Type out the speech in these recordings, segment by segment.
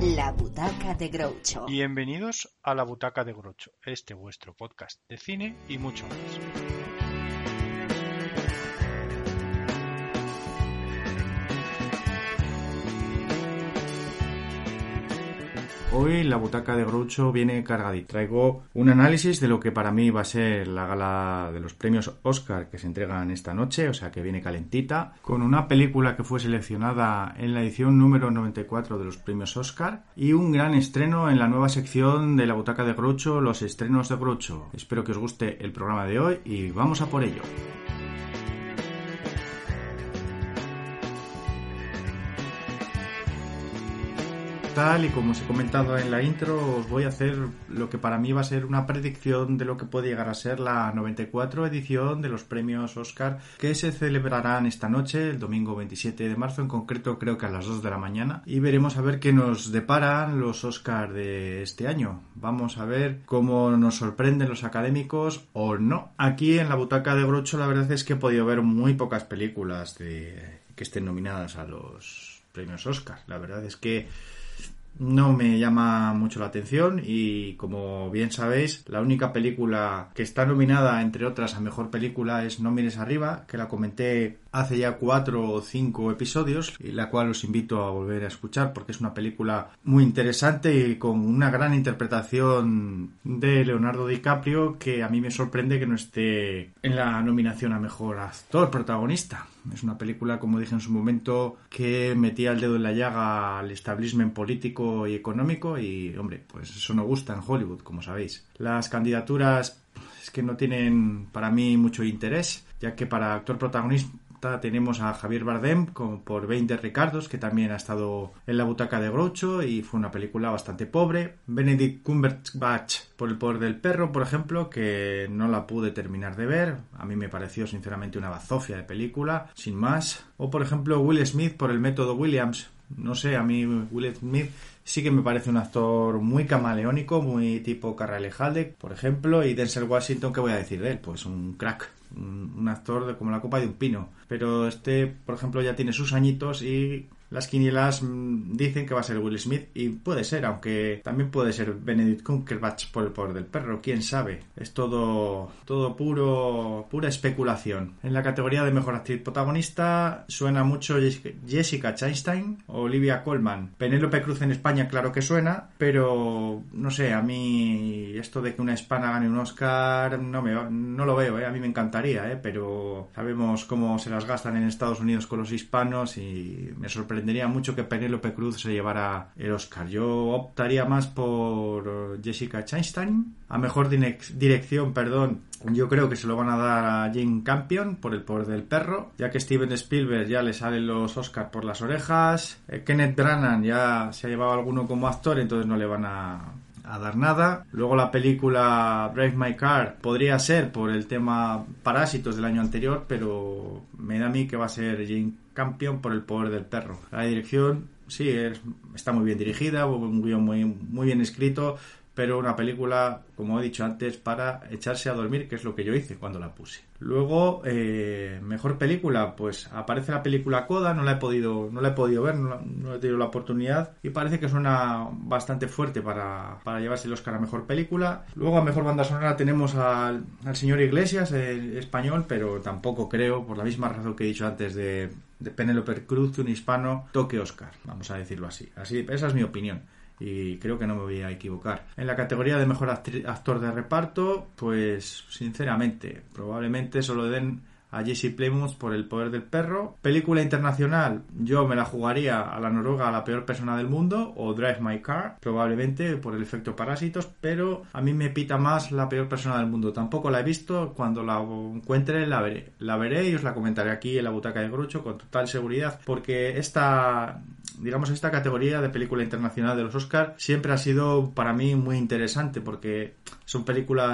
La Butaca de Groucho. Bienvenidos a La Butaca de Groucho, vuestro podcast de cine y mucho más. Hoy la Butaca de Groucho viene cargadita. Traigo un análisis de lo que para mí va a ser la gala de los premios Oscar que se entregan esta noche, o sea que viene calentita, con una película que fue seleccionada en la edición número 94 de los premios Oscar y un gran estreno en la nueva sección de la Butaca de Groucho, los estrenos de Groucho. Espero que os guste el programa de hoy y vamos a por ello. Tal y como os he comentado en la intro, os voy a hacer lo que para mí va a ser una predicción de lo que puede llegar a ser la 94 edición de los premios Oscar que se celebrarán esta noche, el domingo 27 de marzo, en concreto creo que a las 2 de la mañana, y veremos a ver qué nos deparan los Oscar de este año. Vamos a ver cómo nos sorprenden los académicos o no. Aquí en la Butaca de Groucho la verdad es que he podido ver muy pocas películas que estén nominadas a los premios Oscar. La verdad es que no me llama mucho la atención y, como bien sabéis, la única película que está nominada, entre otras, a Mejor Película es No mires arriba, que la comenté hace ya 4 o 5 episodios y la cual os invito a volver a escuchar porque es una película muy interesante y con una gran interpretación de Leonardo DiCaprio, que a mí me sorprende que no esté en la nominación a Mejor Actor Protagonista. Es una película, como dije en su momento, que metía el dedo en la llaga al establishment político y económico y, hombre, pues eso no gusta en Hollywood, como sabéis. Las candidaturas es que no tienen para mí mucho interés, ya que para actor protagonista tenemos a Javier Bardem por 20 Ricardos, que también ha estado en la Butaca de Groucho y fue una película bastante pobre. Benedict Cumberbatch por El poder del perro, por ejemplo, que no la pude terminar de ver. A mí me pareció sinceramente una bazofia de película, sin más. O por ejemplo Will Smith por El método Williams. No sé, a mí Will Smith sí que me parece un actor muy camaleónico, muy tipo Carrale Halleck, por ejemplo, y Denzel Washington, ¿qué voy a decir de él? Pues un crack, un actor como la copa de un pino. Pero por ejemplo, ya tiene sus añitos y las quinielas dicen que va a ser Will Smith y puede ser, aunque también puede ser Benedict Cumberbatch por El poder del perro, quién sabe. Es todo pura especulación. En la categoría de Mejor Actriz Protagonista suena mucho Jessica Chastain o Olivia Colman. Penélope Cruz en España claro que suena, pero no sé, a mí esto de que una hispana gane un Oscar no lo veo, a mí me encantaría, pero sabemos cómo se las gastan en Estados Unidos con los hispanos y me sorprendería mucho que Penélope Cruz se llevara el Oscar. Yo optaría más por Jessica Chastain. A Mejor Dirección, yo creo que se lo van a dar a Jane Campion por El poder del perro, ya que Steven Spielberg ya le salen los Oscar por las orejas. Kenneth Branagh ya se ha llevado alguno como actor, entonces no le van a dar nada. Luego la película Drive My Car podría ser por el tema Parásitos del año anterior, pero me da a mí que va a ser Jane Campion por El poder del perro. La dirección sí está muy bien dirigida, un guión muy bien escrito, pero una película, como he dicho antes, para echarse a dormir, que es lo que yo hice cuando la puse. Luego, Mejor Película, pues aparece la película Coda, no la he podido ver, no he tenido la oportunidad y parece que suena bastante fuerte para llevarse el Oscar a Mejor Película. Luego a Mejor Banda Sonora tenemos al señor Iglesias, el español, pero tampoco creo, por la misma razón que he dicho antes de Penélope Cruz, que un hispano toque Oscar, vamos a decirlo así. Esa es mi opinión y creo que no me voy a equivocar. En la categoría de Mejor Actor de Reparto, pues sinceramente probablemente solo den a Jesse Plemons por El poder del perro. Película internacional, yo me la jugaría a la noruega, a La peor persona del mundo, o Drive My Car, probablemente por el efecto Parásitos, pero a mí me pita más La peor persona del mundo. Tampoco la he visto, cuando la encuentre la veré y os la comentaré aquí en la Butaca de Groucho con total seguridad, porque esta categoría de película internacional de los Oscar siempre ha sido para mí muy interesante, porque son películas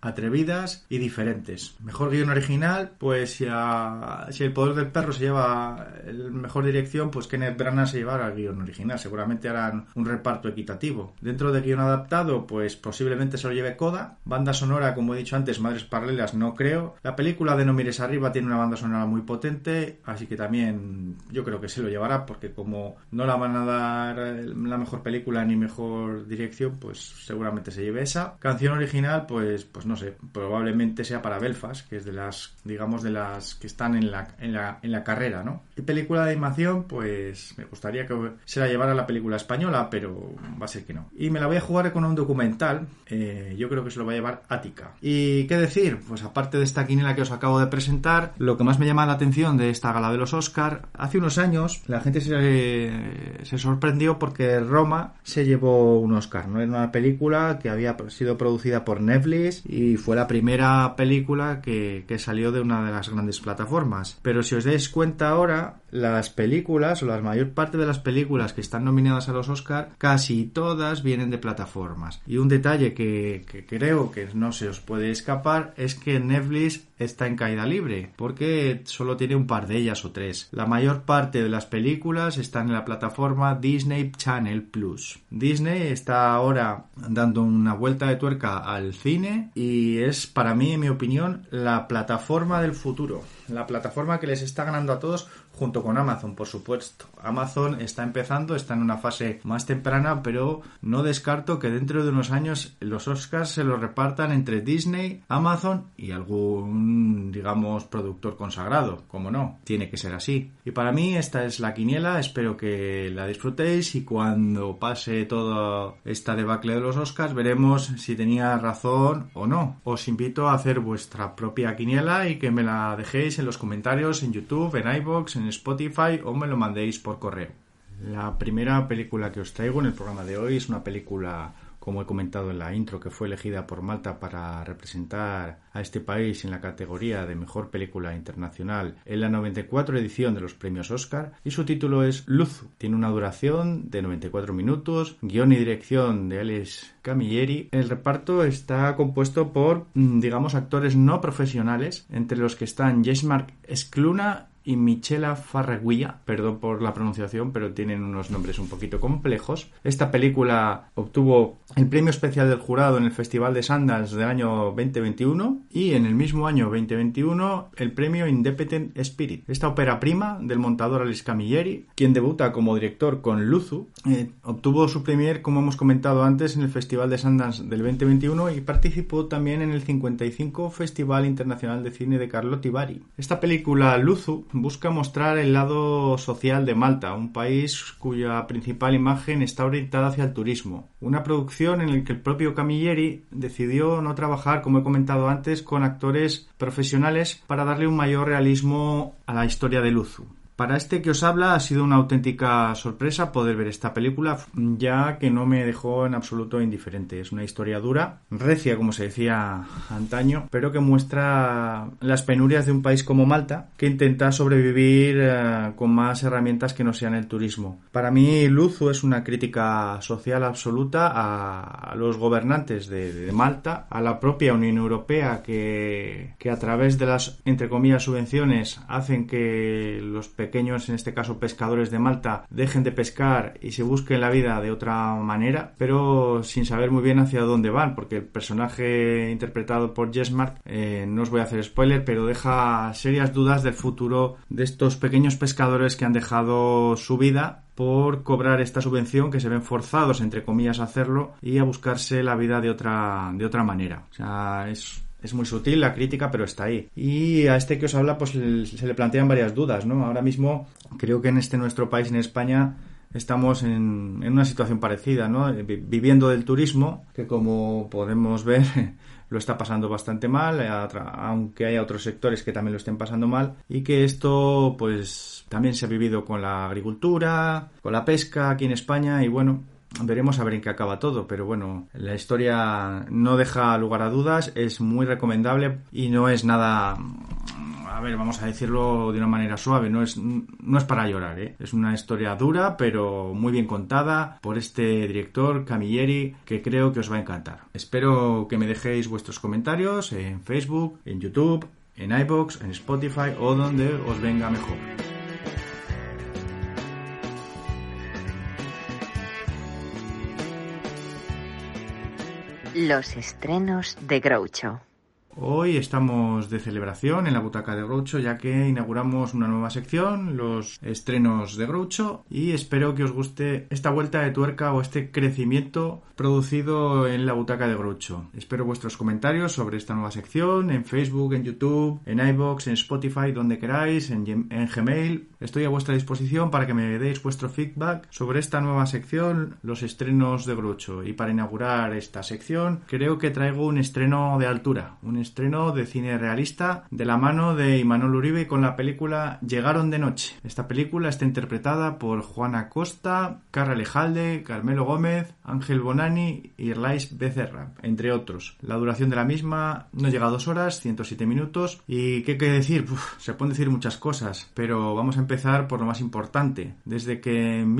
atrevidas y diferentes. Mejor guión original, pues si El poder del perro se lleva el mejor dirección, pues Kenneth Branagh se llevará el guión original. Seguramente harán un reparto equitativo. Dentro de guión adaptado, pues posiblemente se lo lleve Coda. Banda sonora, como he dicho antes, Madres Paralelas no creo. La película de No mires arriba tiene una banda sonora muy potente, así que también yo creo que se lo llevará, porque como no la van a dar la mejor película ni mejor dirección, pues seguramente se lleve esa. Canción original, pues no sé, probablemente sea para Belfast, que es de las que están en la carrera, ¿no? Y película de animación, pues me gustaría que se la llevara la película española, pero va a ser que no. Y me la voy a jugar con un documental, yo creo que se lo va a llevar Ática. ¿Y qué decir? Pues aparte de esta quiniela que os acabo de presentar, lo que más me llama la atención de esta gala de los Oscar, hace unos años la gente se sorprendió porque Roma se llevó un Oscar, ¿no? Era una película que había sido producida por Netflix y fue la primera película que salió de una de las grandes plataformas. Pero si os dais cuenta ahora, las películas, o la mayor parte de las películas que están nominadas a los Oscar, casi todas vienen de plataformas. Y un detalle que creo que no se os puede escapar es que Netflix está en caída libre, porque solo tiene un par de ellas o tres. La mayor parte de las películas están en la plataforma Disney Channel Plus. Disney está ahora dando una vuelta de tuerca al cine y es, para mí, en mi opinión, la plataforma del futuro. La plataforma que les está ganando a todos, junto con Amazon, por supuesto. Amazon está empezando, está en una fase más temprana, pero no descarto que dentro de unos años los Oscars se los repartan entre Disney, Amazon y algún, digamos, productor consagrado. Como no, tiene que ser así. Y para mí esta es la quiniela, espero que la disfrutéis y cuando pase toda esta debacle de los Oscars veremos si tenía razón o no. Os invito a hacer vuestra propia quiniela y que me la dejéis en los comentarios en YouTube, en iVoox, en Spotify o me lo mandéis por correo. La primera película que os traigo en el programa de hoy es una película, como he comentado en la intro, que fue elegida por Malta para representar a este país en la categoría de Mejor Película Internacional en la 94 edición de los premios Oscar, y su título es Luzu. Tiene una duración de 94 minutos, guión y dirección de Ales Camilleri. El reparto está compuesto por, digamos, actores no profesionales, entre los que están Jesmark Scluna y Michela Farraguia, perdón por la pronunciación, pero tienen unos nombres un poquito complejos. Esta película obtuvo el premio especial del jurado en el Festival de Sundance del año 2021 y en el mismo año 2021 el premio Independent Spirit. Esta ópera prima del montador Ales Camilleri, quien debuta como director con Luzu, obtuvo su premier, como hemos comentado antes, en el Festival de Sundance del 2021 y participó también en el 55 Festival Internacional de Cine de Carlotti Bari. Esta película, Luzu, busca mostrar el lado social de Malta, un país cuya principal imagen está orientada hacia el turismo. Una producción en la que el propio Camilleri decidió no trabajar, como he comentado antes, con actores profesionales para darle un mayor realismo a la historia de Luzu. Para este que os habla ha sido una auténtica sorpresa poder ver esta película, ya que no me dejó en absoluto indiferente. Es una historia dura, recia como se decía antaño, pero que muestra las penurias de un país como Malta, que intenta sobrevivir con más herramientas que no sean el turismo. Para mí Luzu es una crítica social absoluta a los gobernantes de Malta, a la propia Unión Europea que a través de las, entre comillas, subvenciones hacen que los pequeños, en este caso pescadores de Malta, dejen de pescar y se busquen la vida de otra manera, pero sin saber muy bien hacia dónde van, porque el personaje interpretado por Jesmark, no os voy a hacer spoiler, pero deja serias dudas del futuro de estos pequeños pescadores que han dejado su vida por cobrar esta subvención, que se ven forzados, entre comillas, a hacerlo y a buscarse la vida de otra manera. O sea, es muy sutil la crítica, pero está ahí. Y a este que os habla, pues se le plantean varias dudas, ¿no? Ahora mismo, creo que en nuestro país, en España, estamos en una situación parecida, ¿no? Viviendo del turismo, que como podemos ver lo está pasando bastante mal, aunque haya otros sectores que también lo estén pasando mal, y que esto pues también se ha vivido con la agricultura, con la pesca aquí en España, y bueno, veremos a ver en qué acaba todo, pero bueno, la historia no deja lugar a dudas, es muy recomendable y no es nada, a ver, vamos a decirlo de una manera suave, no es para llorar, ¿eh? Es una historia dura, pero muy bien contada por este director, Camilleri, que creo que os va a encantar. Espero que me dejéis vuestros comentarios en Facebook, en YouTube, en iVoox, en Spotify o donde os venga mejor. Los estrenos de Groucho. Hoy estamos de celebración en la butaca de Groucho, ya que inauguramos una nueva sección, los estrenos de Groucho, y espero que os guste esta vuelta de tuerca o este crecimiento producido en la butaca de Groucho. Espero vuestros comentarios sobre esta nueva sección en Facebook, en YouTube, en iVoox, en Spotify, donde queráis, en Gmail. Estoy a vuestra disposición para que me deis vuestro feedback sobre esta nueva sección, los estrenos de Groucho. Y para inaugurar esta sección, creo que traigo un estreno de altura, un estreno de cine realista de la mano de Imanol Uribe con la película Llegaron de noche. Esta película está interpretada por Juana Costa, Carra Lejalde, Carmelo Gómez, Ángel Bonani y Irlais Becerra, entre otros. La duración de la misma no llega a 2 horas, 107 minutos. ¿Y qué decir? Se pueden decir muchas cosas, pero vamos a empezar por lo más importante. Desde que en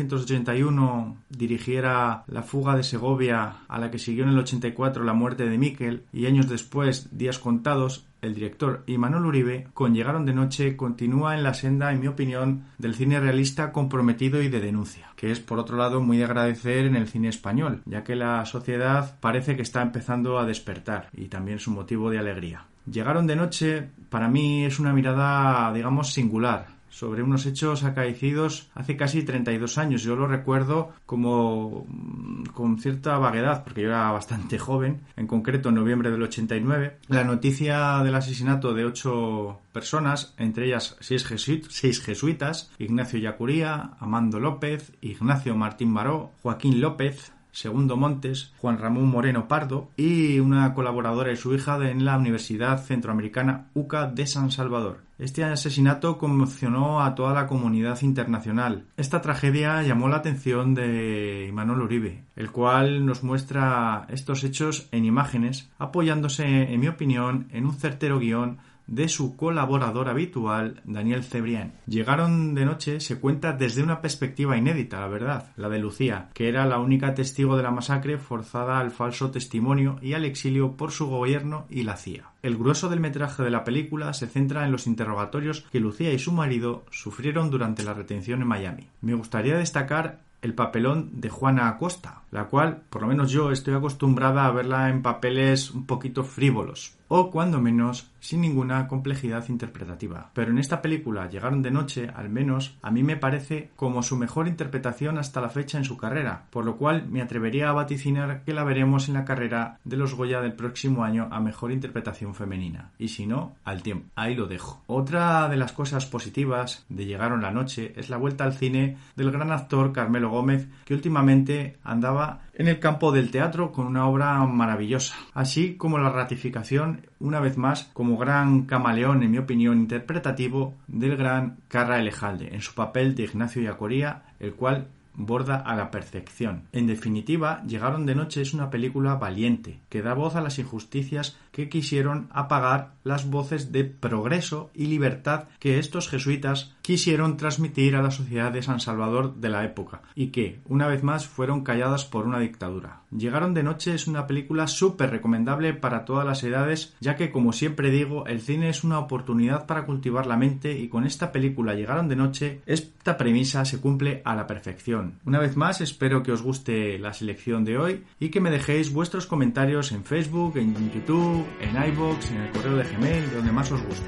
1981 dirigiera La fuga de Segovia, a la que siguió en el 84 La muerte de Miquel, y años después Días contados, el director Imanol Uribe, con Llegaron de noche, continúa en la senda, en mi opinión, del cine realista comprometido y de denuncia, que es, por otro lado, muy de agradecer en el cine español, ya que la sociedad parece que está empezando a despertar, y también es un motivo de alegría. Llegaron de noche, para mí, es una mirada, digamos, singular, sobre unos hechos acaecidos hace casi 32 años. Yo lo recuerdo como con cierta vaguedad, porque yo era bastante joven, en concreto en noviembre del 89. La noticia del asesinato de 8 personas, entre ellas 6 jesuitas, Ignacio Yacuría, Amando López, Ignacio Martín Baró, Joaquín López, Segundo Montes, Juan Ramón Moreno Pardo y una colaboradora y su hija en la Universidad Centroamericana UCA de San Salvador. Este asesinato conmocionó a toda la comunidad internacional. Esta tragedia llamó la atención de Imanol Uribe, el cual nos muestra estos hechos en imágenes, apoyándose, en mi opinión, en un certero guión de su colaborador habitual, Daniel Cebrián. Llegaron de noche se cuenta desde una perspectiva inédita, la verdad, la de Lucía, que era la única testigo de la masacre forzada al falso testimonio y al exilio por su gobierno y la CIA. El grueso del metraje de la película se centra en los interrogatorios que Lucía y su marido sufrieron durante la retención en Miami. Me gustaría destacar el papelón de Juana Acosta, la cual, por lo menos yo, estoy acostumbrada a verla en papeles un poquito frívolos, o cuando menos sin ninguna complejidad interpretativa. Pero en esta película, Llegaron de noche, al menos a mí me parece como su mejor interpretación hasta la fecha en su carrera, por lo cual me atrevería a vaticinar que la veremos en la carrera de los Goya del próximo año a mejor interpretación femenina, y si no, al tiempo. Ahí lo dejo. Otra de las cosas positivas de Llegaron la noche es la vuelta al cine del gran actor Carmelo Gómez, que últimamente andaba en el campo del teatro con una obra maravillosa, así como la ratificación, una vez más, como gran camaleón, en mi opinión, interpretativo del gran Carra Lejalde en su papel de Ignacio Yacuría, el cual borda a la perfección. En definitiva, Llegaron de noche es una película valiente, que da voz a las injusticias que quisieron apagar las voces de progreso y libertad que estos jesuitas quisieron transmitir a la sociedad de San Salvador de la época, y que, una vez más, fueron calladas por una dictadura. Llegaron de noche es una película súper recomendable para todas las edades, ya que, como siempre digo, el cine es una oportunidad para cultivar la mente, y con esta película Llegaron de noche, esta premisa se cumple a la perfección. Una vez más, espero que os guste la selección de hoy y que me dejéis vuestros comentarios en Facebook, en YouTube, en iVoox, en el correo de Gmail, donde más os guste.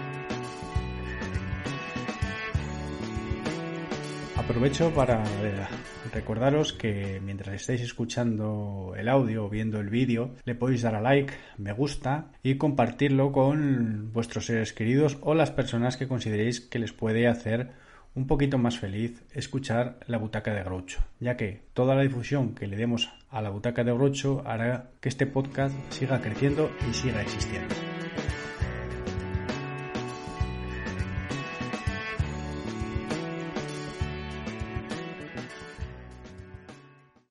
Aprovecho para recordaros que mientras estáis escuchando el audio o viendo el vídeo, le podéis dar a like, me gusta y compartirlo con vuestros seres queridos o las personas que consideréis que les puede hacer un poquito más feliz escuchar La Butaca de Groucho, ya que toda la difusión que le demos a La Butaca de Groucho hará que este podcast siga creciendo y siga existiendo.